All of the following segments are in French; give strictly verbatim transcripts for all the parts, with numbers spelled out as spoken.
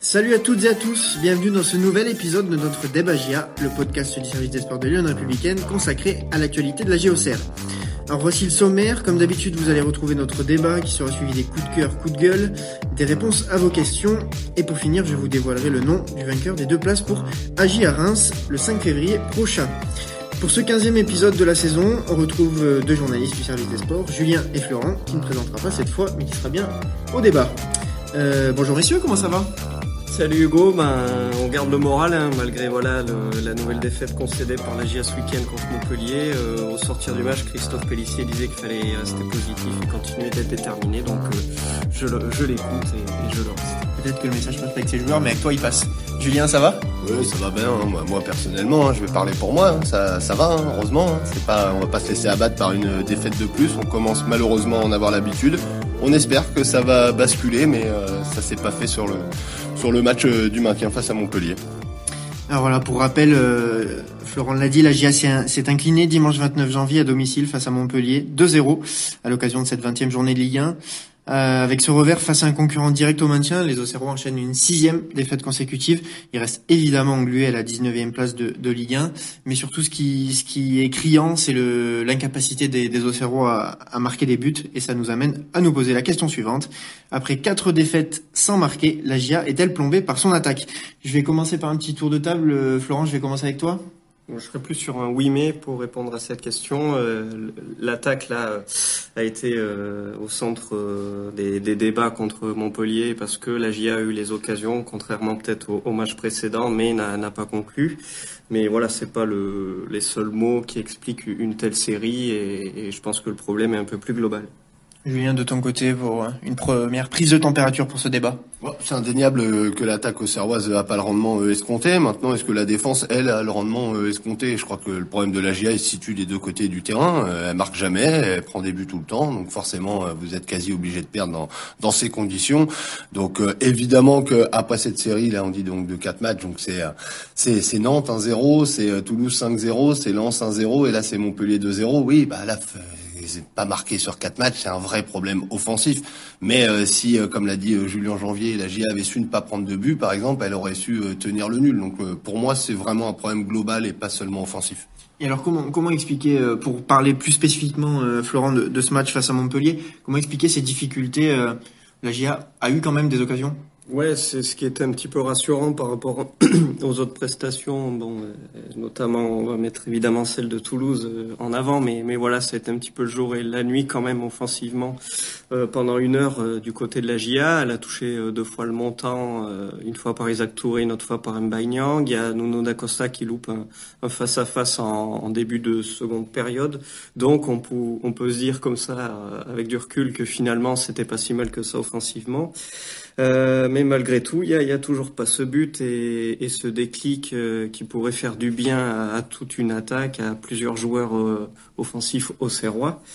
Salut à toutes et à tous, bienvenue dans ce nouvel épisode de notre Débat J A, le podcast du service des sports de Lyon Républicaine consacré à l'actualité de la J O C R. Alors voici le sommaire, comme d'habitude vous allez retrouver notre débat qui sera suivi des coups de cœur, coups de gueule, des réponses à vos questions et pour finir je vous dévoilerai le nom du vainqueur des deux places pour A J à Reims le cinq février prochain. Pour ce quinzième épisode de la saison, on retrouve deux journalistes du service des sports, Julien et Florent, qui ne présentera pas cette fois mais qui sera bien au débat. Euh, bonjour messieurs, comment ça va ? Salut Hugo, ben, on garde le moral hein, malgré voilà, le, la nouvelle défaite concédée par la J A ce week-end contre Montpellier. Euh, au sortir du match, Christophe Pellissier disait qu'il fallait rester positif et continuer d'être déterminé, donc euh, je, je l'écoute et, et je le reste. Peut-être que le message passe pas avec ses joueurs, mais avec toi il passe. Julien, ça va ? Oui, ça va bien. Hein. Moi, moi, personnellement, hein, je vais parler pour moi. Hein. Ça, ça va, hein, heureusement. Hein. C'est pas, on va pas se laisser abattre par une défaite de plus. On commence malheureusement à en avoir l'habitude. On espère que ça va basculer, mais euh, ça s'est pas fait sur le sur le match euh, du maintien face à Montpellier. Alors voilà, pour rappel, euh, Florent l'a dit, la J A s'est, s'est inclinée dimanche vingt-neuf janvier à domicile face à Montpellier, deux zéro, à l'occasion de cette vingtième journée de Ligue un. Euh, avec ce revers face à un concurrent direct au maintien, les Auxerrois enchaînent une sixième défaite consécutive. Ils restent évidemment englués à la dix-neuvième place de, de Ligue un, mais surtout ce qui, ce qui est criant, c'est le, l'incapacité des, des Auxerrois à, à marquer des buts, et ça nous amène à nous poser la question suivante. Après quatre défaites sans marquer, la J A est-elle plombée par son attaque ? Je vais commencer par un petit tour de table. Florent, je vais commencer avec toi. Je serais plus sur un oui mais pour répondre à cette question. Euh, l'attaque là a été euh, au centre euh, des, des débats contre Montpellier parce que la J A a eu les occasions, contrairement peut-être au, au match précédent, mais n'a, n'a pas conclu. Mais voilà, c'est pas le, les seuls mots qui expliquent une telle série et, et je pense que le problème est un peu plus global. Julien, de ton côté, pour une première prise de température pour ce débat. Ouais, c'est indéniable que l'attaque auxerroise n'a pas le rendement escompté. Maintenant, est-ce que la défense, elle, a le rendement escompté ? Je crois que le problème de la J A, il se situe des deux côtés du terrain. Elle marque jamais, elle prend des buts tout le temps. Donc forcément, vous êtes quasi obligé de perdre dans, dans ces conditions. Donc euh, évidemment qu'après cette série, là on dit donc de quatre matchs, donc c'est c'est, c'est Nantes un zéro, c'est Toulouse cinq zéro, c'est Lens un zéro, et là c'est Montpellier deux zéro. Oui, bah là... ils n'ont pas marqué sur quatre matchs, c'est un vrai problème offensif. Mais euh, si, euh, comme l'a dit euh, Julien Janvier, la J A avait su ne pas prendre de but, par exemple, elle aurait su euh, tenir le nul. Donc euh, pour moi, c'est vraiment un problème global et pas seulement offensif. Et alors comment comment expliquer, euh, pour parler plus spécifiquement, euh, Florent, de, de ce match face à Montpellier, comment expliquer ces difficultés euh, La J A a eu quand même des occasions ? Ouais, c'est ce qui était un petit peu rassurant par rapport aux autres prestations. Bon, euh, notamment, on va mettre évidemment celle de Toulouse euh, en avant, mais mais voilà, ça a été un petit peu le jour et la nuit quand même offensivement. Euh, pendant une heure euh, du côté de la J A, elle a touché euh, deux fois le montant, euh, une fois par Isaac Touré, une autre fois par Mbaye Niang. Il y a Nuno da Costa qui loupe un, un face à face en, en début de seconde période. Donc on peut on peut se dire comme ça euh, avec du recul que finalement c'était pas si mal que ça offensivement. Euh, mais malgré tout, il y a, y a toujours pas ce but et, et ce déclic euh, qui pourrait faire du bien à, à toute une attaque, à plusieurs joueurs euh, offensifs auxerrois.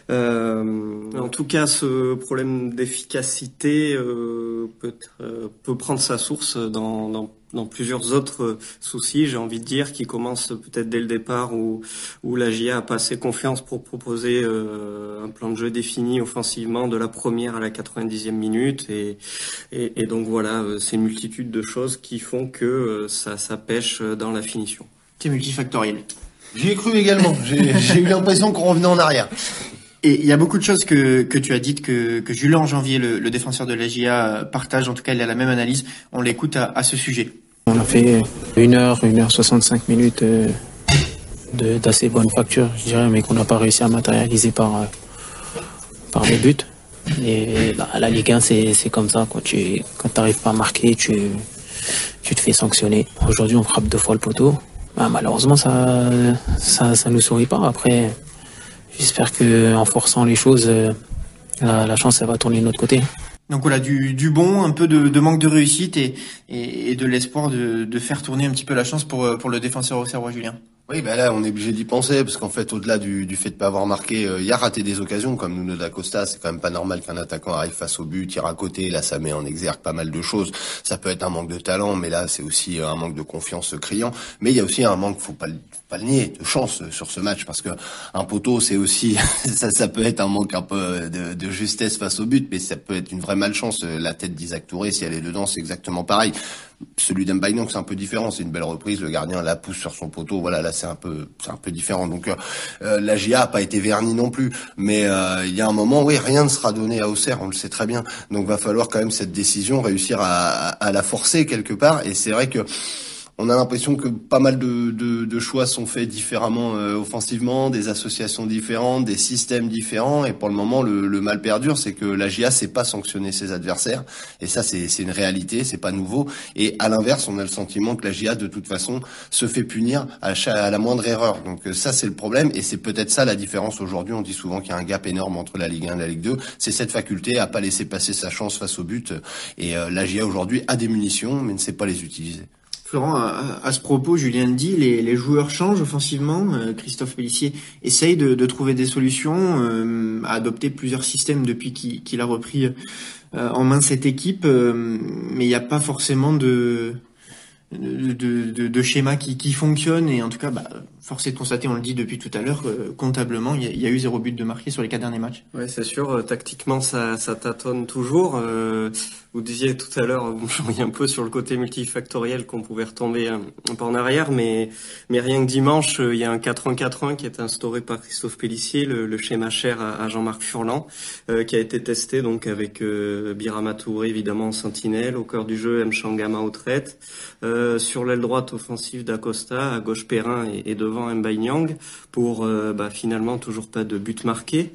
Euh, en tout cas, ce problème d'efficacité euh, peut, euh, peut prendre sa source dans, dans dans plusieurs autres soucis, j'ai envie de dire, qui commencent peut-être dès le départ où, où la J A a pas assez confiance pour proposer euh, un plan de jeu défini offensivement de la première à la quatre-vingt-dixième minute. Et, et, et donc voilà, c'est une multitude de choses qui font que ça, ça pêche dans la finition. C'est multifactoriel. J'y ai cru également, j'ai, j'ai eu l'impression qu'on revenait en arrière. Et il y a beaucoup de choses que que tu as dites que que Julien Janvier, le, le défenseur de la J A, partage. En tout cas, il a la même analyse. On l'écoute à, à ce sujet. On a fait une heure, une heure soixante-cinq minutes euh, de, d'assez bonne facture, je dirais, mais qu'on n'a pas réussi à matérialiser par euh, par les buts. Et bah, la Ligue un, c'est c'est comme ça. Quand tu quand t'arrives pas à marquer, tu tu te fais sanctionner. Aujourd'hui, on frappe deux fois le poteau. Bah, malheureusement, ça ça ça nous sourit pas. Après. J'espère que en forçant les choses, euh, la, la chance elle va tourner de notre côté. Donc voilà, du, du bon, un peu de, de manque de réussite et, et, et de l'espoir de, de faire tourner un petit peu la chance pour, pour le défenseur auxerrois, Julien. Oui, ben là, on est obligé d'y penser, parce qu'en fait, au-delà du, du fait de pas avoir marqué, euh, il y a raté des occasions, comme Nuno da Costa. C'est quand même pas normal qu'un attaquant arrive face au but, tire à côté. Là, ça met en exergue pas mal de choses. Ça peut être un manque de talent, mais là, c'est aussi un manque de confiance criant. Mais il y a aussi un manque, faut pas le, faut pas le nier, de chance sur ce match, parce que un poteau, c'est aussi, ça, ça peut être un manque un peu de, de justesse face au but, mais ça peut être une vraie malchance. La tête d'Isaac Touré, si elle est dedans, c'est exactement pareil. Celui d'Mbaye Niang, c'est un peu différent, c'est une belle reprise, le gardien la pousse sur son poteau, voilà, là c'est un peu c'est un peu différent. Donc euh, la J A a pas été vernie non plus, mais euh, il y a un moment, oui, rien ne sera donné à Auxerre, on le sait très bien. Donc va falloir quand même cette décision réussir à, à, à la forcer quelque part, et c'est vrai que on a l'impression que pas mal de, de, de choix sont faits différemment euh, offensivement, des associations différentes, des systèmes différents, et pour le moment le, le mal perdure, c'est que la J A sait pas sanctionner ses adversaires, et ça c'est, c'est une réalité, c'est pas nouveau. Et à l'inverse, on a le sentiment que la J A de toute façon se fait punir à, chaque, à la moindre erreur. Donc ça c'est le problème, et c'est peut-être ça la différence aujourd'hui. On dit souvent qu'il y a un gap énorme entre la Ligue un et la Ligue deux, c'est cette faculté à pas laisser passer sa chance face au but, et euh, la J A aujourd'hui a des munitions mais ne sait pas les utiliser. Florent, à, à ce propos, Julien le dit, les, les joueurs changent offensivement. Euh, Christophe Pélissier essaye de, de trouver des solutions, euh, a adopté plusieurs systèmes depuis qu'il, qu'il a repris euh, en main cette équipe, euh, mais il n'y a pas forcément de, de, de, de, de schéma qui, qui fonctionne. Et en tout cas, bah, force est de constater, on le dit depuis tout à l'heure, euh, comptablement, il y, y a eu zéro but de marqué sur les quatre derniers matchs. Ouais, c'est sûr. Euh, tactiquement, ça, ça tâtonne toujours. Euh, vous disiez tout à l'heure, vous jouiez un peu sur le côté multifactoriel qu'on pouvait retomber un, un peu en arrière, mais mais rien que dimanche, euh, il y a un quatre un quatre un qui est instauré par Christophe Pélissier, le, le schéma cher à, à Jean-Marc Furlan, euh, qui a été testé donc avec euh, Birama Touré évidemment en sentinelle, au cœur du jeu Mchangama au traite, euh, sur l'aile droite offensive d'Acosta, à gauche Perrin et, et devant Mbaye Niang, pour euh, bah, finalement toujours pas de but marqué.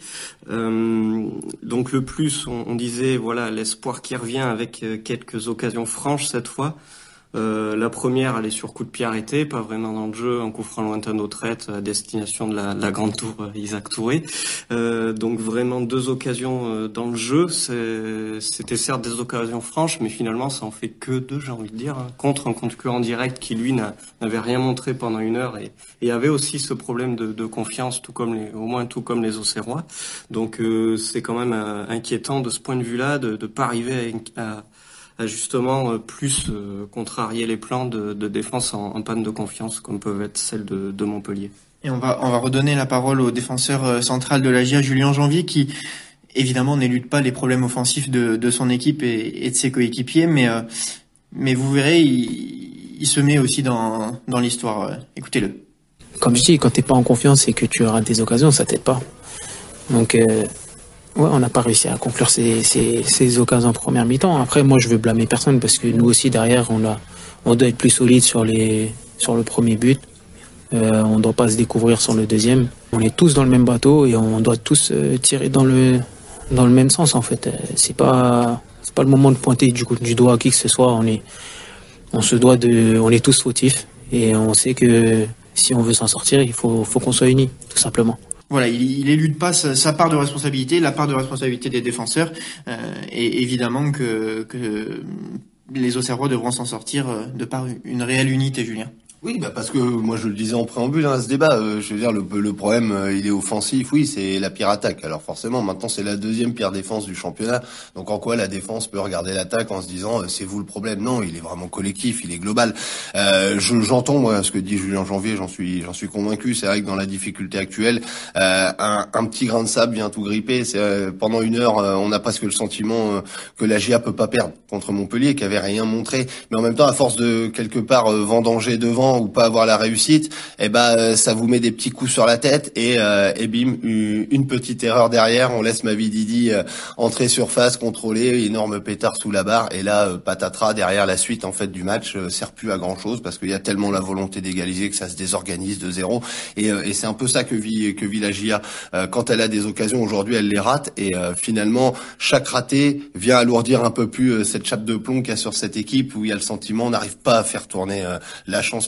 Euh, donc le plus, on, on disait voilà l'espoir qui revient avec euh, quelques occasions franches cette fois. Euh, la première, elle est sur coup de pied arrêté, pas vraiment dans le jeu, un coup franc lointain aux traites à destination de la, de la grande tour euh, Isaac Touré. Euh, donc vraiment deux occasions euh, dans le jeu. C'est, c'était certes des occasions franches, mais finalement ça en fait que deux, j'ai envie de dire, hein, contre un concurrent direct qui lui n'a, n'avait rien montré pendant une heure et, et avait aussi ce problème de, de confiance, tout comme les, au moins tout comme les Auxerrois. Donc euh, c'est quand même euh, inquiétant de ce point de vue-là de ne pas arriver à, à à justement euh, plus euh, contrarier les plans de, de défense en, en panne de confiance, comme peuvent être celles de, de Montpellier. Et on va on va redonner la parole au défenseur euh, central de la J A, Julien Janvier, qui évidemment n'élude pas les problèmes offensifs de, de son équipe et, et de ses coéquipiers, mais euh, mais vous verrez, il, il se met aussi dans dans l'histoire. Euh, écoutez-le. Comme je dis, quand t'es pas en confiance et que tu rates des occasions, ça t'aide pas. Donc euh... ouais, on n'a pas réussi à conclure ces, ces, ces occasions en première mi-temps. Après, moi, je veux blâmer personne parce que nous aussi, derrière, on, a, on doit être plus solide sur, les, sur le premier but. Euh, on ne doit pas se découvrir sur le deuxième. On est tous dans le même bateau et on doit tous euh, tirer dans le, dans le même sens, en fait. C'est pas, c'est pas le moment de pointer du, du doigt à qui que ce soit. On est, on se doit de, on est tous fautifs et on sait que si on veut s'en sortir, il faut, faut qu'on soit unis, tout simplement. Voilà, il, il élude pas sa, sa part de responsabilité, la part de responsabilité des défenseurs, euh, et évidemment que, que les Auxerrois devront s'en sortir euh, de par une réelle unité, Julien. Oui, bah parce que moi je le disais en préambule hein, à ce débat, euh, je veux dire le, le problème euh, il est offensif, oui c'est la pire attaque. Alors forcément maintenant c'est la deuxième pire défense du championnat. Donc en quoi la défense peut regarder l'attaque en se disant euh, c'est vous le problème? Non, il est vraiment collectif, il est global. Euh, je, j'entends moi ce que dit Julien Janvier, j'en suis j'en suis convaincu. C'est vrai que dans la difficulté actuelle, euh, un, un petit grain de sable vient tout gripper. C'est, euh, pendant une heure euh, on a presque le sentiment euh, que la J A peut pas perdre contre Montpellier, qui avait rien montré. Mais en même temps à force de quelque part euh, vendanger devant ou pas avoir la réussite, eh ben ça vous met des petits coups sur la tête et, euh, et bim, une petite erreur derrière, on laisse Mavididi euh, entrer surface, contrôler, énorme pétard sous la barre et là euh, patatras derrière la suite en fait du match euh, sert plus à grand chose parce qu'il y a tellement la volonté d'égaliser que ça se désorganise de zéro et, euh, et c'est un peu ça que vit que vit la J A euh, quand elle a des occasions aujourd'hui elle les rate et euh, finalement chaque raté vient alourdir un peu plus euh, cette chape de plomb qu'il y a sur cette équipe où il y a le sentiment on n'arrive pas à faire tourner euh, la chance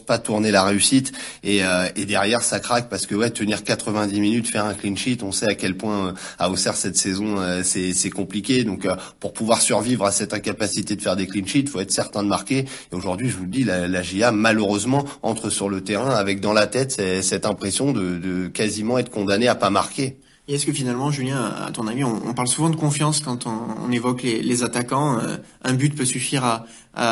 pas tourner la réussite et, euh, et derrière ça craque parce que ouais, tenir quatre-vingt-dix minutes, faire un clean sheet, on sait à quel point euh, à Auxerre cette saison euh, c'est, c'est compliqué. Donc euh, pour pouvoir survivre à cette incapacité de faire des clean sheets, il faut être certain de marquer. Et aujourd'hui, je vous le dis, la, la J A malheureusement entre sur le terrain avec dans la tête c'est, cette impression de, de quasiment être condamné à pas marquer. Et est-ce que finalement, Julien, à ton avis, on, on parle souvent de confiance quand on, on évoque les, les attaquants. Euh, un but peut suffire à,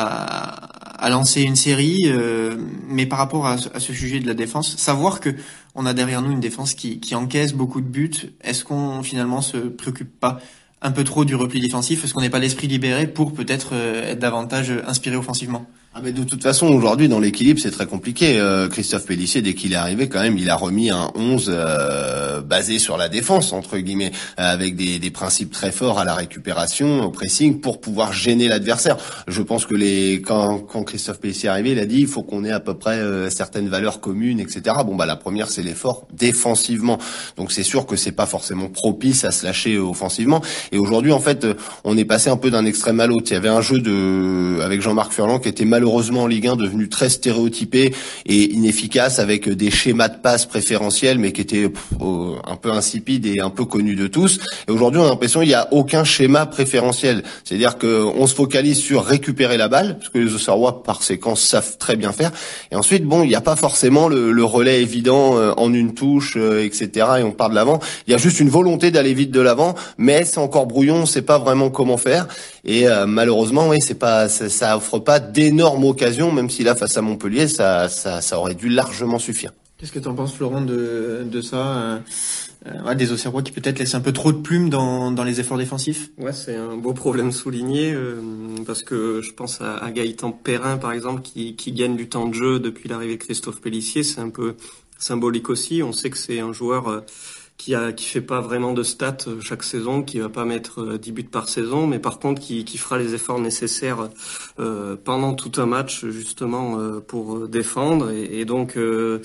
à, à lancer une série, euh, mais par rapport à, à ce sujet de la défense, savoir que on a derrière nous une défense qui, qui encaisse beaucoup de buts, est-ce qu'on finalement se préoccupe pas un peu trop du repli défensif? Est-ce qu'on n'est pas l'esprit libéré pour peut-être euh, être davantage inspiré offensivement? Ah mais de toute façon aujourd'hui dans l'équilibre c'est très compliqué. Euh, Christophe Pélissier dès qu'il est arrivé quand même il a remis un onze euh, basé sur la défense entre guillemets euh, avec des, des principes très forts à la récupération, au pressing pour pouvoir gêner l'adversaire. Je pense que les quand, quand Christophe Pélissier est arrivé il a dit il faut qu'on ait à peu près euh, certaines valeurs communes et cetera. Bon bah la première c'est l'effort défensivement donc c'est sûr que c'est pas forcément propice à se lâcher offensivement et aujourd'hui en fait on est passé un peu d'un extrême à l'autre. Il y avait un jeu de avec Jean-Marc Furlan qui était malheureusement en Ligue un devenu très stéréotypé et inefficace avec des schémas de passe préférentiels mais qui étaient pff, un peu insipides et un peu connus de tous. Et aujourd'hui, on a l'impression qu'il n'y a aucun schéma préférentiel. C'est-à-dire qu'on se focalise sur récupérer la balle, parce que les Auxerrois, par séquence, savent très bien faire. Et ensuite, bon, il n'y a pas forcément le, le relais évident euh, en une touche, euh, et cetera. Et on part de l'avant. Il y a juste une volonté d'aller vite de l'avant, mais c'est encore brouillon, on ne sait pas vraiment comment faire. Et euh, malheureusement, oui, c'est pas, ça, ça offre pas d'énormes occasions, même si là, face à Montpellier, ça, ça, ça aurait dû largement suffire. Qu'est-ce que tu en penses, Florent, de, de ça euh, ouais, des Auxerrois qui peut-être laissent un peu trop de plumes dans, dans les efforts défensifs? Ouais, c'est un beau problème souligné, euh, parce que je pense à, à Gaëtan Perrin, par exemple, qui, qui gagne du temps de jeu depuis l'arrivée de Christophe Pélissier. C'est un peu symbolique aussi. On sait que c'est un joueur euh, qui a qui fait pas vraiment de stats chaque saison, qui va pas mettre dix buts par saison, mais par contre qui, qui fera les efforts nécessaires euh, pendant tout un match justement euh, pour défendre et, et donc euh,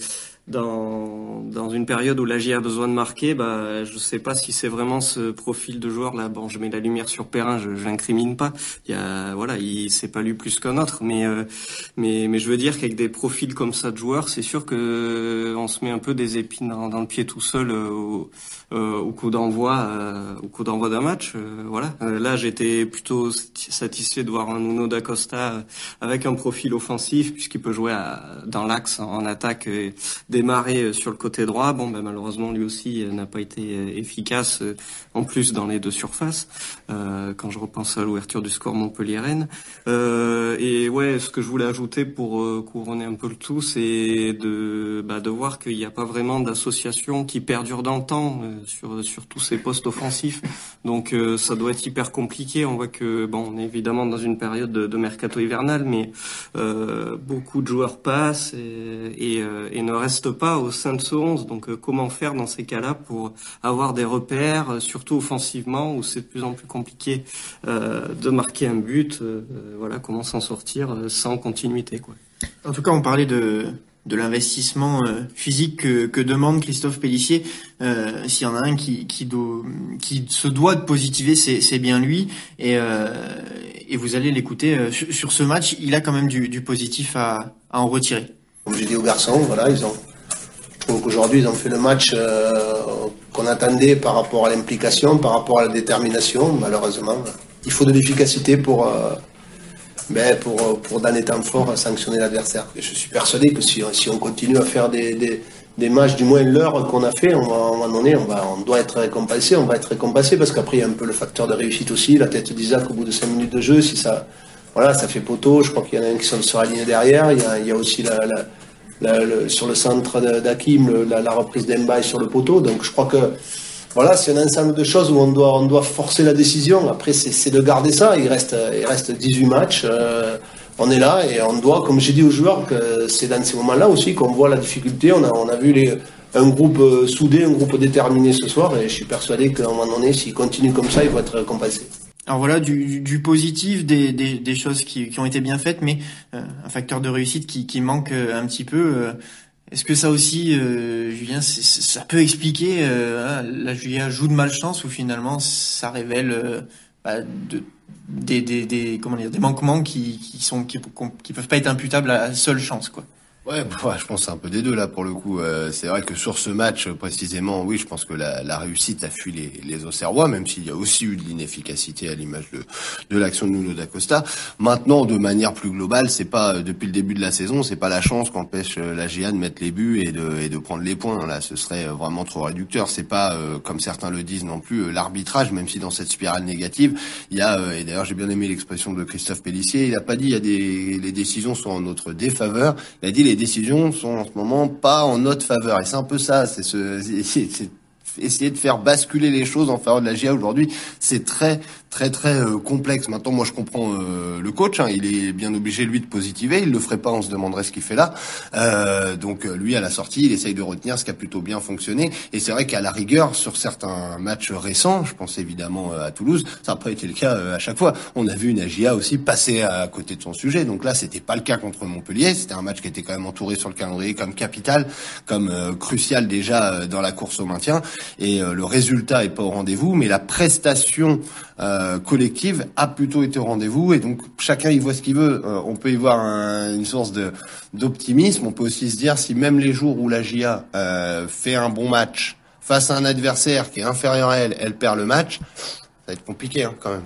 dans dans une période où l'A J A a besoin de marquer, bah je sais pas si c'est vraiment ce profil de joueur là. Bon, je mets la lumière sur Perrin, je je l'incrimine pas. Il y a voilà, il c'est pas lui plus qu'un autre, mais euh, mais mais je veux dire qu'avec des profils comme ça de joueurs, c'est sûr que on se met un peu des épines dans, dans le pied tout seul euh, au, euh, au coup d'envoi euh, au coup d'envoi d'un match. Euh, voilà. Euh, là, j'étais plutôt satisfait de voir un Nuno da Costa avec un profil offensif puisqu'il peut jouer à, dans l'axe en attaque. Et, démarrer sur le côté droit, bon ben malheureusement lui aussi n'a pas été efficace en plus dans les deux surfaces. Euh, quand je repense à l'ouverture du score Montpellier-Rennes, euh, et ouais, ce que je voulais ajouter pour euh, couronner un peu le tout, c'est de bah, de voir qu'il n'y a pas vraiment d'association qui perdure dans le temps euh, sur sur tous ces postes offensifs. Donc euh, ça doit être hyper compliqué. On voit que bon, on est évidemment dans une période de, de mercato hivernal, mais euh, beaucoup de joueurs passent et, et, euh, et ne restent pas au sein de ce onze. Donc euh, comment faire dans ces cas-là pour avoir des repères, euh, surtout offensivement, où c'est de plus en plus compliqué euh, de marquer un but. Euh, voilà, comment s'en sortir euh, sans continuité, quoi. En tout cas, on parlait de de l'investissement euh, physique que, que demande Christophe Pélissier. Euh, s'il y en a un qui qui, do, qui se doit de positiver, c'est, c'est bien lui. Et, euh, et vous allez l'écouter euh, sur, sur ce match. Il a quand même du, du positif à, à en retirer. Comme j'ai dit aux garçons, voilà, ils ont. Je trouve qu'aujourd'hui, ils ont fait le match euh, qu'on attendait par rapport à l'implication, par rapport à la détermination. Malheureusement, il faut de l'efficacité pour, euh, ben, pour, pour dans les temps forts, sanctionner l'adversaire. Et je suis persuadé que si, si on continue à faire des, des, des matchs, du moins l'heure qu'on a fait, on va, à un moment donné, on, va, on doit être récompensé. On va être récompensé parce qu'après, il y a un peu le facteur de réussite aussi. La tête d'Isaac au bout de cinq minutes de jeu, si ça, voilà, ça fait poteau. Je crois qu'il y en a un qui sera aligné derrière. Il y a, il y a aussi la... la La, le, sur le centre d'Hakim, la, la reprise d'Embaï sur le poteau. Donc je crois que voilà, c'est un ensemble de choses où on doit, on doit forcer la décision. Après, c'est, c'est de garder ça. Il reste, il reste dix-huit matchs. Euh, on est là et on doit, comme j'ai dit aux joueurs, que c'est dans ces moments-là aussi qu'on voit la difficulté. On a, on a vu les, un groupe soudé, un groupe déterminé ce soir. Et je suis persuadé qu'à un moment donné, s'ils continuent comme ça, ils vont être récompensés. Alors voilà, du, du positif, des, des, des choses qui, qui ont été bien faites, mais euh, un facteur de réussite qui, qui manque un petit peu. Euh, est-ce que ça aussi, euh, Julien, c'est, ça peut expliquer euh, la J A joue de malchance ou finalement ça révèle euh, bah, de, des, des, des, comment dire, des manquements qui, qui sont qui, qui peuvent pas être imputables à la seule chance, quoi. Ouais, bah, je pense que c'est un peu des deux là pour le coup. Euh, c'est vrai que sur ce match précisément, oui, je pense que la, la réussite a fui les, les Auxerrois, même s'il y a aussi eu de l'inefficacité à l'image de, de l'action de Nuno da Costa. Maintenant, de manière plus globale, c'est pas depuis le début de la saison, c'est pas la chance qu'empêche la J A de mettre les buts et de, et de prendre les points. Là, ce serait vraiment trop réducteur. C'est pas euh, comme certains le disent non plus euh, l'arbitrage, même si dans cette spirale négative, il y a euh, et d'ailleurs j'ai bien aimé l'expression de Christophe Pélissier. Il a pas dit il y a des les décisions sont en notre défaveur. Il a dit les décisions sont en ce moment pas en notre faveur. Et c'est un peu ça, c'est ce, c'est, c'est essayer de faire basculer les choses en faveur de la J A aujourd'hui. C'est très, très, très euh, complexe. Maintenant, moi, je comprends euh, le coach. Hein, il est bien obligé, lui, de positiver. Il le ferait pas, on se demanderait ce qu'il fait là. Euh, donc, lui, à la sortie, il essaye de retenir ce qui a plutôt bien fonctionné. Et c'est vrai qu'à la rigueur, sur certains matchs récents, je pense évidemment à Toulouse, ça n'a pas été le cas à chaque fois. On a vu une J A aussi passer à côté de son sujet. Donc là, c'était pas le cas contre Montpellier. C'était un match qui était quand même entouré sur le calendrier comme capital, comme euh, crucial déjà euh, dans la course au maintien. Et euh, le résultat est pas au rendez-vous, mais la prestation euh, collective a plutôt été au rendez-vous. Et donc chacun y voit ce qu'il veut. Euh, on peut y voir un, une source de d'optimisme. On peut aussi se dire si même les jours où la J A euh, fait un bon match face à un adversaire qui est inférieur à elle, elle perd le match, ça va être compliqué hein, quand même.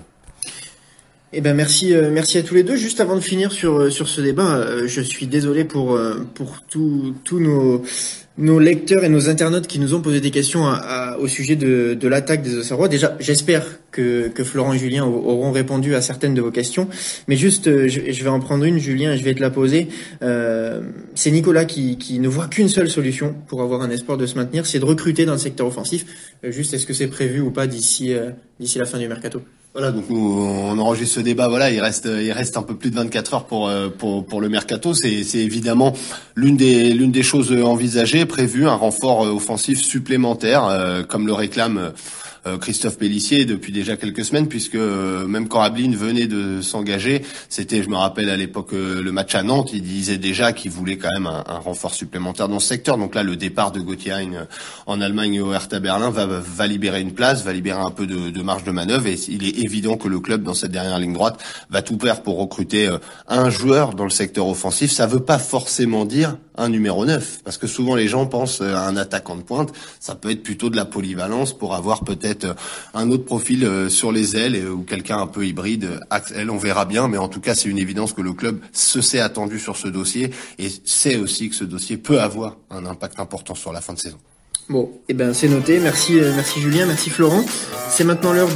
Eh ben merci, euh, merci à tous les deux. Juste avant de finir sur sur ce débat, euh, je suis désolé pour euh, pour tous tous nos nos lecteurs et nos internautes qui nous ont posé des questions à, à, au sujet de de l'attaque des Auxerrois. Déjà, j'espère que que Florent et Julien auront répondu à certaines de vos questions. Mais juste, euh, je, je vais en prendre une, Julien, et je vais te la poser. Euh, c'est Nicolas qui qui ne voit qu'une seule solution pour avoir un espoir de se maintenir, c'est de recruter dans le secteur offensif. Euh, juste, est-ce que c'est prévu ou pas d'ici euh, d'ici la fin du mercato? Voilà, donc nous, on enregistre ce débat. Voilà, il reste, il reste un peu plus de vingt-quatre heures pour pour pour le mercato. C'est c'est évidemment l'une des l'une des choses envisagées, prévues, un renfort offensif supplémentaire, euh, comme le réclame Christophe Pélissier depuis déjà quelques semaines, puisque même quand Ablin venait de s'engager, c'était, je me rappelle à l'époque, le match à Nantes, il disait déjà qu'il voulait quand même un, un renfort supplémentaire dans ce secteur. Donc là, le départ de Gauthier Hein en Allemagne et au Hertha Berlin va, va libérer une place, va libérer un peu de, de marge de manœuvre, et il est évident que le club, dans cette dernière ligne droite, va tout faire pour recruter un joueur dans le secteur offensif. Ça veut pas forcément dire un numéro neuf, parce que souvent les gens pensent à un attaquant de pointe. Ça peut être plutôt de la polyvalence pour avoir peut-être un autre profil sur les ailes ou quelqu'un un peu hybride. Axel, on verra bien, mais en tout cas, c'est une évidence que le club se s'est attendu sur ce dossier et sait aussi que ce dossier peut avoir un impact important sur la fin de saison. Bon, eh ben c'est noté. Merci, euh, merci Julien, merci Florent. C'est maintenant l'heure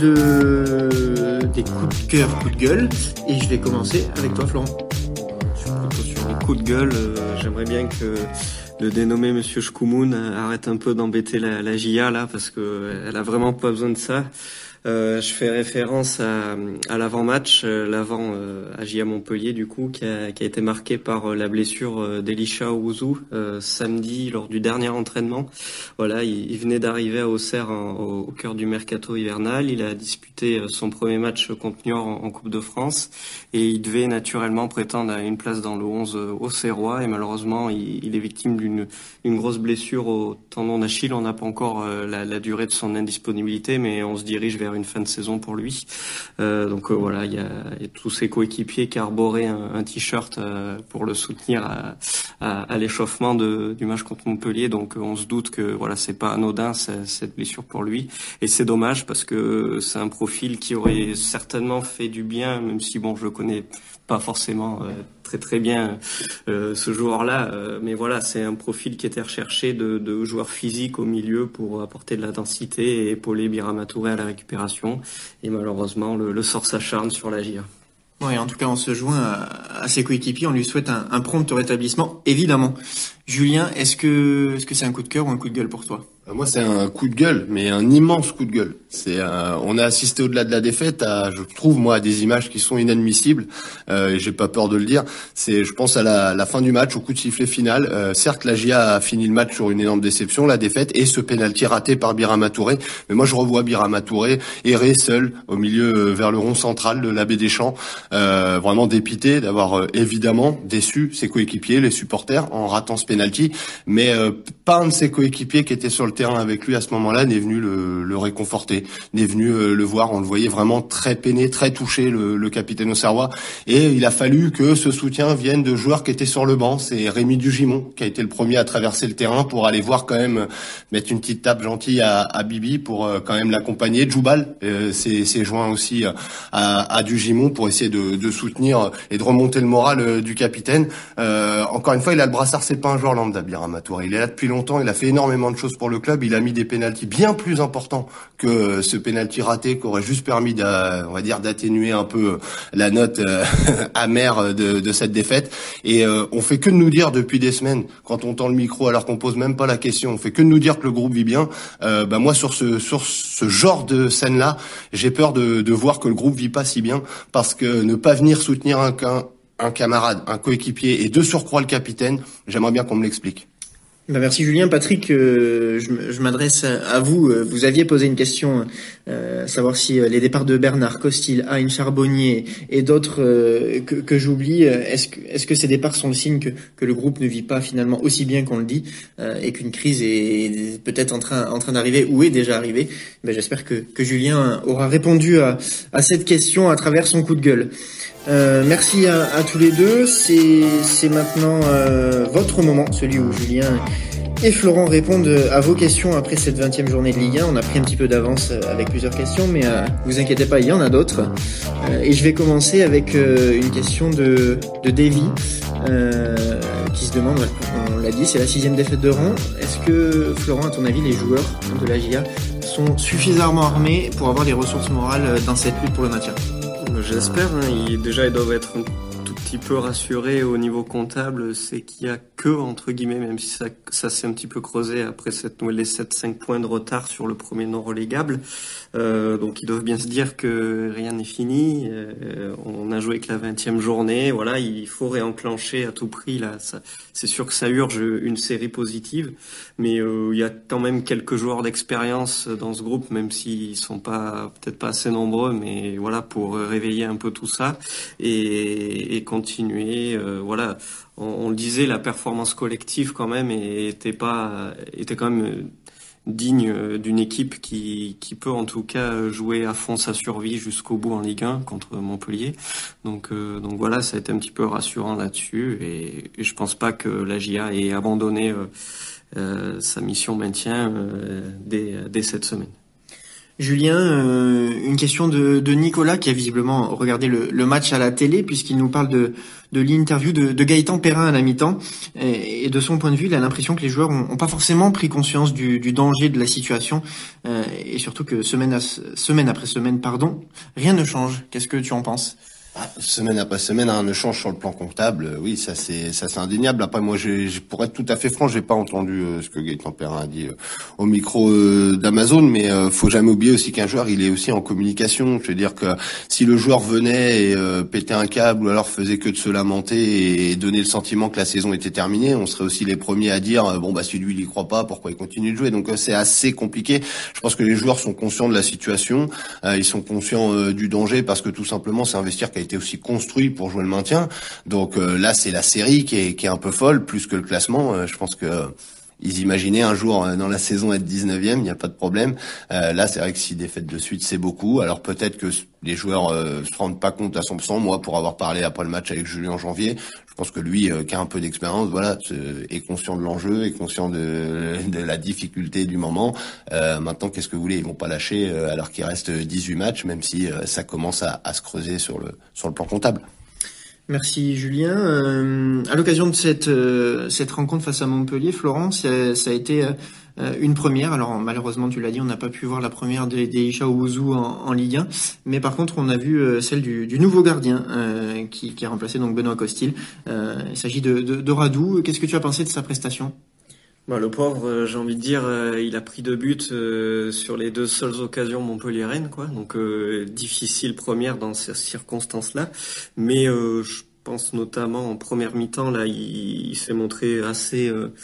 de des coups de cœur, coups de gueule, et je vais commencer avec toi, Florent. Sur les coups de gueule, euh, j'aimerais bien que le dénommé Monsieur Shkoumoun arrête un peu d'embêter la, la J A là, parce que elle a vraiment pas besoin de ça. Euh, je fais référence à, à l'avant-match, euh, l'avant euh, à J A Montpellier du coup, qui a, qui a été marqué par euh, la blessure euh, d'Elisha Ouzou euh, samedi lors du dernier entraînement. Voilà, il, il venait d'arriver à Auxerre en, au, au cœur du mercato hivernal. Il a disputé euh, son premier match contre Niort en, en Coupe de France et il devait naturellement prétendre à une place dans le onze euh, auxerrois et malheureusement il, il est victime d'une une grosse blessure au tendon d'Achille. On n'a pas encore euh, la, la durée de son indisponibilité, mais on se dirige vers une fin de saison pour lui. Euh, donc euh, voilà, il y a, y a tous ses coéquipiers qui arboraient un, un t-shirt euh, pour le soutenir à, à, à l'échauffement de, du match contre Montpellier. Donc euh, on se doute que voilà, c'est pas anodin cette blessure pour lui. Et c'est dommage parce que c'est un profil qui aurait certainement fait du bien, même si bon, je le connais pas forcément euh, très très bien euh, ce joueur-là, euh, mais voilà, c'est un profil qui était recherché de, de joueur physique au milieu pour apporter de la densité et épauler Birama Touré à la récupération. Et malheureusement, le, le sort s'acharne sur la J A. Oui, en tout cas, on se joint à, à ses coéquipiers, on lui souhaite un, un prompt rétablissement, évidemment. Julien, est-ce que est-ce que c'est un coup de cœur ou un coup de gueule pour toi ? Moi, c'est un coup de gueule, mais un immense coup de gueule. C'est, euh, on a assisté au-delà de la défaite à, je trouve moi, à des images qui sont inadmissibles. Euh, et j'ai pas peur de le dire. C'est, je pense à la, la fin du match, au coup de sifflet final. Euh, certes, la J A a fini le match sur une énorme déception, la défaite et ce pénalty raté par Birama Touré. Mais moi, je revois Birama Touré errer seul au milieu euh, vers le rond central de la baie des Champs, euh, vraiment dépité d'avoir euh, évidemment déçu ses coéquipiers, les supporters, en ratant ce pénalty. Mais euh, pas un de ses coéquipiers qui était sur le terrain terrain avec lui à ce moment-là n'est venu le, le réconforter, n'est venu euh, le voir. On le voyait vraiment très peiné, très touché, le, le capitaine auxerrois. Et il a fallu que ce soutien vienne de joueurs qui étaient sur le banc. C'est Rémi Dugimon qui a été le premier à traverser le terrain pour aller voir quand même, mettre une petite tape gentille à, à Bibi pour euh, quand même l'accompagner. Djoubal euh, s'est, s'est joint aussi euh, à, à Dugimon pour essayer de, de soutenir et de remonter le moral euh, du capitaine. Euh, encore une fois, il a le brassard, c'est pas un joueur lambda, Birama Touré. Il est là depuis longtemps, il a fait énormément de choses pour le club. Il a mis des pénaltys bien plus importants que euh, ce pénalty raté qui aurait juste permis, d'a, on va dire, d'atténuer un peu la note euh, amère de, de cette défaite. Et euh, on fait que de nous dire depuis des semaines, quand on tend le micro alors qu'on pose même pas la question, on fait que de nous dire que le groupe vit bien. Euh, bah moi sur ce sur ce genre de scène-là, j'ai peur de, de voir que le groupe vit pas si bien, parce que ne pas venir soutenir un, un, un camarade, un coéquipier et de surcroît le capitaine, j'aimerais bien qu'on me l'explique. Ben merci Julien. Patrick, euh, je, je m'adresse à vous. Vous aviez posé une question, euh, savoir si les départs de Bernard, Costil, Hein, Charbonnier et d'autres euh, que, que j'oublie, est-ce que, est-ce que ces départs sont le signe que, que le groupe ne vit pas finalement aussi bien qu'on le dit, euh, et qu'une crise est peut-être en train, en train d'arriver ou est déjà arrivée? Ben j'espère que, que Julien aura répondu à, à cette question à travers son coup de gueule. Euh, merci à, à tous les deux. C'est, c'est maintenant euh, votre moment, celui où Julien et Florent répondent à vos questions après cette vingtième journée de Ligue un. On a pris un petit peu d'avance avec plusieurs questions, mais euh, vous inquiétez pas, il y en a d'autres. Euh, et je vais commencer avec euh, une question de, de Davy, euh, qui se demande, on l'a dit, c'est la sixième défaite de rang. Est-ce que, Florent, à ton avis, les joueurs de la J A sont suffisamment armés pour avoir les ressources morales dans cette lutte pour le maintien? J'espère, hein. Ils, déjà ils doivent être un tout petit peu rassurés au niveau comptable, c'est qu'il y a que, entre guillemets, même si ça, ça s'est un petit peu creusé après cette nouvelle, les sept cinq points de retard sur le premier non relégable. Euh, donc ils doivent bien se dire que rien n'est fini. Euh, on a joué que la vingtième journée, voilà, il faut réenclencher à tout prix là. Ça, c'est sûr que ça urge une série positive, mais euh, il y a quand même quelques joueurs d'expérience dans ce groupe, même s'ils sont pas peut-être pas assez nombreux, mais voilà, pour réveiller un peu tout ça et, et continuer. Euh, voilà, on, on le disait, la performance collective quand même était pas était quand même digne d'une équipe qui, qui peut en tout cas jouer à fond sa survie jusqu'au bout en Ligue un contre Montpellier. Donc, euh, donc voilà, ça a été un petit peu rassurant là-dessus et, et je pense pas que la J A ait abandonné euh, euh, sa mission maintien euh, dès, dès cette semaine. Julien, euh, une question de, de Nicolas qui a visiblement regardé le, le match à la télé puisqu'il nous parle de, de l'interview de, de Gaëtan Perrin à la mi-temps et, et de son point de vue, il a l'impression que les joueurs ont, ont pas forcément pris conscience du, du danger de la situation euh, et surtout que semaine, à, semaine après semaine, pardon, rien ne change. Qu'est-ce que tu en penses ? Ah, semaine après semaine, rien ne change sur le plan comptable. Oui, ça c'est ça c'est indéniable. Après, moi, j'ai, j'ai pour être tout à fait franc, j'ai pas entendu euh, ce que Gaëtan Perrin a dit euh, au micro euh, d'Amazon, mais euh, faut jamais oublier aussi qu'un joueur, il est aussi en communication. Je veux dire que si le joueur venait et euh, pétait un câble ou alors faisait que de se lamenter et donner le sentiment que la saison était terminée, on serait aussi les premiers à dire euh, bon bah si lui il y croit pas, pourquoi il continue de jouer. Donc euh, c'est assez compliqué. Je pense que les joueurs sont conscients de la situation, euh, ils sont conscients euh, du danger parce que tout simplement c'est un vestiaire qui a été aussi construit pour jouer le maintien. Donc euh, là, c'est la série qui est, qui est un peu folle, plus que le classement. Euh, je pense que euh, ils imaginaient un jour euh, dans la saison être dix-neuvième, il n'y a pas de problème. Euh, là, c'est vrai que six défaites de suite, c'est beaucoup. Alors peut-être que les joueurs euh, se rendent pas compte à cent pour cent. Moi, pour avoir parlé après le match avec Julien en janvier, je pense que lui, euh, qui a un peu d'expérience, voilà, est conscient de l'enjeu, est conscient de, de la difficulté du moment. Euh, maintenant, qu'est-ce que vous voulez ? Ils vont pas lâcher euh, alors qu'il reste dix-huit matchs, même si euh, ça commence à, à se creuser sur le sur le plan comptable. Merci Julien. Euh, à l'occasion de cette euh, cette rencontre face à Montpellier, Florence, ça, ça a été euh, une première. Alors malheureusement, tu l'as dit, on n'a pas pu voir la première des, des Isha Ouzou en, en Ligue un, mais par contre, on a vu euh, celle du, du nouveau gardien euh, qui, qui a remplacé donc Benoît Costil. Euh, il s'agit de, de, de Radou. Qu'est-ce que tu as pensé de sa prestation ? Bah, le pauvre, euh, j'ai envie de dire, euh, il a pris deux buts euh, sur les deux seules occasions Montpellier-Rennes, quoi. Donc euh, difficile première dans ces circonstances-là. Mais euh, je pense notamment en première mi-temps, là, il, il s'est montré assez, euh,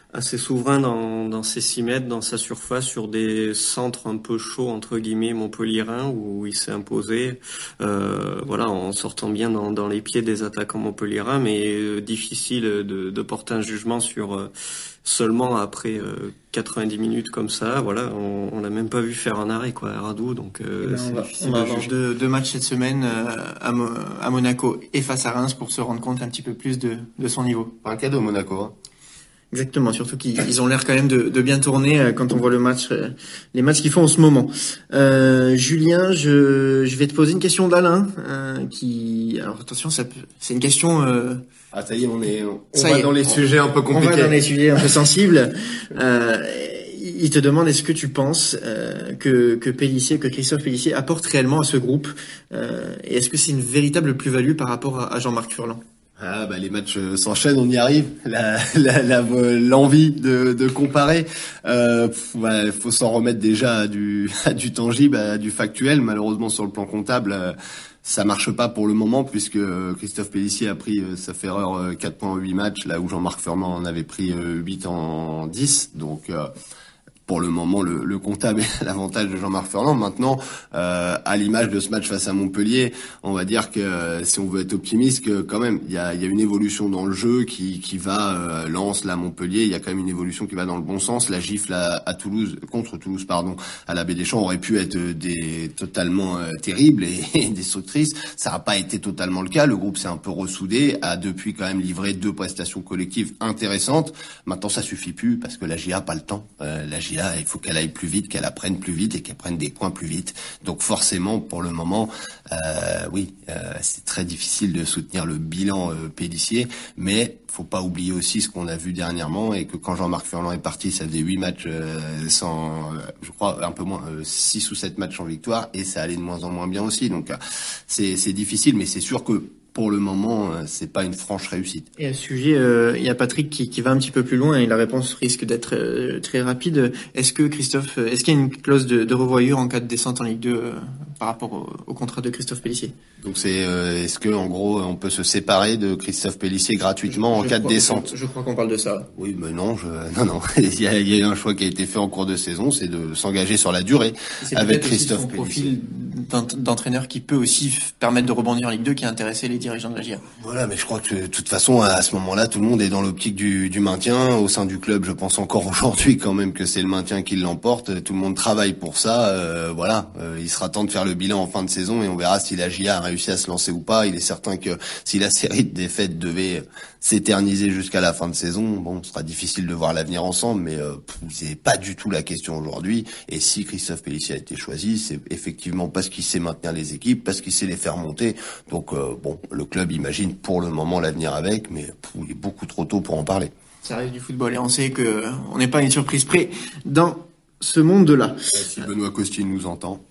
assez souverain dans, dans ses six mètres, dans sa surface, sur des centres un peu chauds, entre guillemets, montpelliérains, où il s'est imposé, euh, voilà, en sortant bien dans, dans les pieds des attaquants montpelliérains, mais euh, difficile de, de porter un jugement sur euh, seulement après euh, quatre-vingt-dix minutes comme ça, voilà, on, on l'a même pas vu faire un arrêt, quoi, à Radou, donc euh, ben, c'est on va, difficile on va de avoir juger. deux, deux matchs cette semaine euh, à, Mo- à Monaco et face à Reims pour se rendre compte un petit peu plus de, de son niveau. Pas un cadeau Monaco, hein. Exactement, surtout qu'ils ils ont l'air quand même de, de bien tourner euh, quand on voit le match, euh, les matchs qu'ils font en ce moment. Euh, Julien, je, je vais te poser une question d'Alain, euh, qui, alors attention, ça peut, c'est une question. Euh, Ah ça y est, on est, on ça va y est, dans les on, sujets un peu compliqués. On va dans les sujets un peu sensibles. Euh, il te demande est-ce que tu penses euh, que que Pélissier, que Christophe Pélissier apporte réellement à ce groupe, euh, et est-ce que c'est une véritable plus-value par rapport à, à Jean-Marc Furlan? Ah bah les matchs euh, s'enchaînent, on y arrive. La, la, la, l'envie de, de comparer, euh, pff, ouais, faut s'en remettre déjà à du, à du tangible, à du factuel. Malheureusement sur le plan comptable, euh, ça marche pas pour le moment puisque euh, Christophe Pélissier a pris, euh, sauf erreur, euh, quatre points en huit matchs, là où Jean-Marc Furlan en avait pris euh, huit en dix. Donc euh, pour le moment, le, le comptable est à l'avantage de Jean-Marc Furlan. Maintenant, euh, à l'image de ce match face à Montpellier, on va dire que euh, si on veut être optimiste, que quand même, il y a, il y a une évolution dans le jeu qui, qui va, euh, Lens, là, Montpellier, il y a quand même une évolution qui va dans le bon sens. La gifle à, à Toulouse, contre Toulouse, pardon, à la Baie des Champs aurait pu être des totalement euh, terrible et, et destructrice. Ça n'a pas été totalement le cas. Le groupe s'est un peu ressoudé, a depuis quand même livré deux prestations collectives intéressantes. Maintenant, ça suffit plus parce que la J A a pas le temps. Euh, la J A il faut qu'elle aille plus vite, qu'elle apprenne plus vite et qu'elle prenne des points plus vite. Donc forcément, pour le moment, euh, oui, euh, c'est très difficile de soutenir le bilan euh, Pélissier, mais faut pas oublier aussi ce qu'on a vu dernièrement et que quand Jean-Marc Furlan est parti, ça faisait huit matchs euh, sans, euh, je crois, un peu moins, euh, six ou sept matchs en victoire et ça allait de moins en moins bien aussi. Donc euh, c'est, c'est difficile, mais c'est sûr que pour le moment, c'est pas une franche réussite. Et à ce sujet, euh, il y a Patrick qui, qui va un petit peu plus loin et la réponse risque d'être euh, très rapide. Est-ce que Christophe, est-ce qu'il y a une clause de, de revoyure en cas de descente en Ligue deux euh, par rapport au, au contrat de Christophe Pélissier? Donc c'est, euh, est-ce que en gros, on peut se séparer de Christophe Pélissier gratuitement je, en je cas crois, de descente? Je, je crois qu'on parle de ça. Oui, mais non, je, non, non. il, y a, il y a eu un choix qui a été fait en cours de saison, c'est de s'engager sur la durée c'est avec Christophe Pélissier. Profil d'entraîneur qui peut aussi permettre de rebondir en Ligue deux, qui a intéressé les dirigeants de la J A. Voilà, mais je crois que de toute façon, à ce moment-là, tout le monde est dans l'optique du, du maintien. Au sein du club, je pense encore aujourd'hui quand même que c'est le maintien qui l'emporte. Tout le monde travaille pour ça. Euh, voilà, euh, il sera temps de faire le bilan en fin de saison et on verra si la J A a réussi à se lancer ou pas. Il est certain que si la série de défaites devait s'éterniser jusqu'à la fin de saison, bon, ce sera difficile de voir l'avenir ensemble, mais euh, c'est pas du tout la question aujourd'hui. Et si Christophe Pélissier a été choisi, c'est effectivement parce qu'il sait maintenir les équipes, parce qu'il sait les faire monter. Donc euh, bon, le club imagine pour le moment l'avenir avec, mais pff, il est beaucoup trop tôt pour en parler. Ça arrive du football et on sait que on n'est pas à une surprise près dans ce monde-là. Si Benoît Costil nous entend.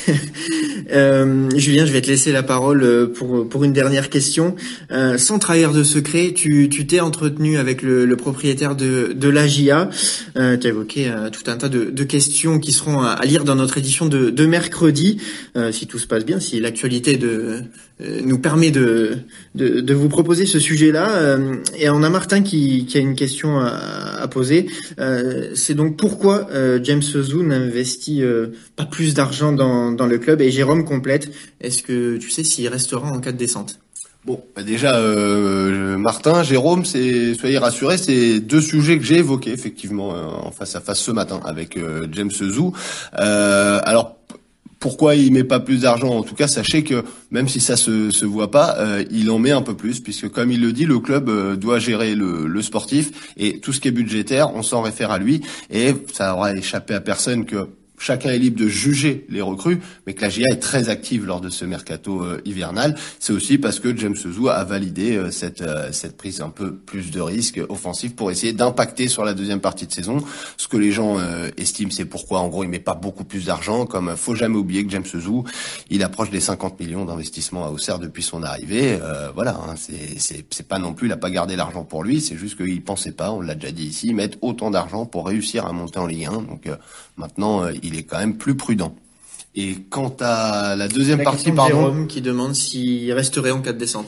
euh, Julien, je vais te laisser la parole pour pour une dernière question. Euh, sans trahir de secret, tu tu t'es entretenu avec le, le propriétaire de de l'A J A. Euh, tu as évoqué euh, tout un tas de, de questions qui seront à, à lire dans notre édition de, de mercredi, euh, si tout se passe bien, si l'actualité de euh, nous permet de, de de vous proposer ce sujet-là. Euh, et on a Martin qui qui a une question à, à poser. Euh, c'est donc pourquoi euh, James Zou n'investit euh, pas plus d'argent dans dans le club. Et Jérôme complète, est-ce que tu sais s'il restera en cas de descente? Bon, bah déjà, euh, Martin, Jérôme, c'est, soyez rassurés, c'est deux sujets que j'ai évoqués effectivement euh, en face à face ce matin avec euh, James Zou. Euh, alors, pourquoi il met pas plus d'argent? En tout cas, sachez que même si ça se, se voit pas, euh, il en met un peu plus, puisque comme il le dit, le club euh, doit gérer le, le sportif et tout ce qui est budgétaire, on s'en réfère à lui. Et ça aura échappé à personne que chacun est libre de juger les recrues, mais que la J A est très active lors de ce mercato euh, hivernal. C'est aussi parce que James Zou a validé euh, cette euh, cette prise un peu plus de risque offensif pour essayer d'impacter sur la deuxième partie de saison. Ce que les gens euh, estiment, c'est pourquoi en gros il met pas beaucoup plus d'argent. Comme euh, faut jamais oublier que James Zou, il approche des cinquante millions d'investissement à Auxerre depuis son arrivée. Euh, voilà, hein, c'est c'est c'est pas non plus, il a pas gardé l'argent pour lui. C'est juste qu'il pensait pas, on l'a déjà dit ici, mettre autant d'argent pour réussir à monter en Ligue un. Donc euh, maintenant, euh, il est quand même plus prudent. Et quant à la deuxième la partie, question de pardon. Jérôme qui demande s'il resterait en cas de descente.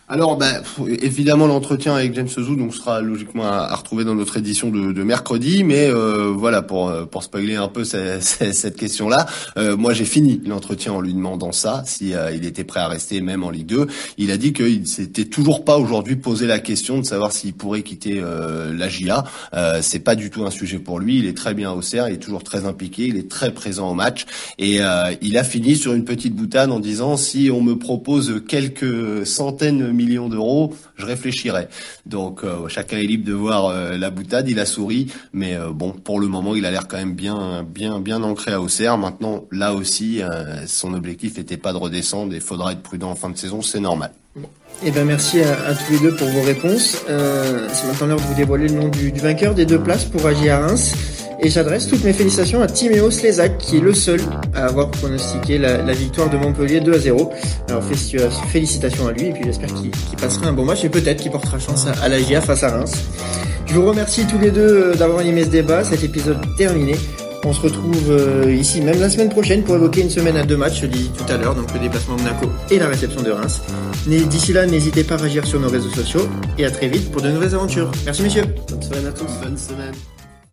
Alors, bah, évidemment, l'entretien avec James Zou donc sera logiquement à, à retrouver dans notre édition de, de mercredi, mais euh, voilà, pour pour spoiler un peu cette, cette question-là, euh, moi j'ai fini l'entretien en lui demandant ça, si euh, il était prêt à rester même en Ligue deux. Il a dit qu'il s'était toujours pas aujourd'hui posé la question de savoir s'il pourrait quitter euh, la J A. Euh, c'est pas du tout un sujet pour lui. Il est très bien au Auxerre, il est toujours très impliqué, il est très présent au match, et euh, il a fini sur une petite boutade en disant si on me propose quelques centaines millions d'euros, je réfléchirai. Donc euh, chacun est libre de voir euh, la boutade. Il a souri, mais euh, bon, pour le moment, il a l'air quand même bien, bien, bien ancré à Auxerre. Maintenant, là aussi, euh, son objectif n'était pas de redescendre. Il faudra être prudent en fin de saison, c'est normal. Eh ben merci à, à tous les deux pour vos réponses. Euh, c'est maintenant l'heure de vous dévoiler le nom du, du vainqueur des deux places pour A J A Reims. Et j'adresse toutes mes félicitations à Timéo Slezak, qui est le seul à avoir pronostiqué la, la victoire de Montpellier deux à zéro. Alors félicitations à lui, et puis j'espère qu'il, qu'il passera un bon match, et peut-être qu'il portera chance à, à l'A J A face à Reims. Je vous remercie tous les deux d'avoir animé ce débat. Cet épisode terminé. On se retrouve euh, ici même la semaine prochaine pour évoquer une semaine à deux matchs, je dis tout à l'heure, donc le déplacement de Monaco et la réception de Reims. D'ici là, n'hésitez pas à réagir sur nos réseaux sociaux, et à très vite pour de nouvelles aventures. Merci messieurs. Bonne semaine à tous. Bonne semaine.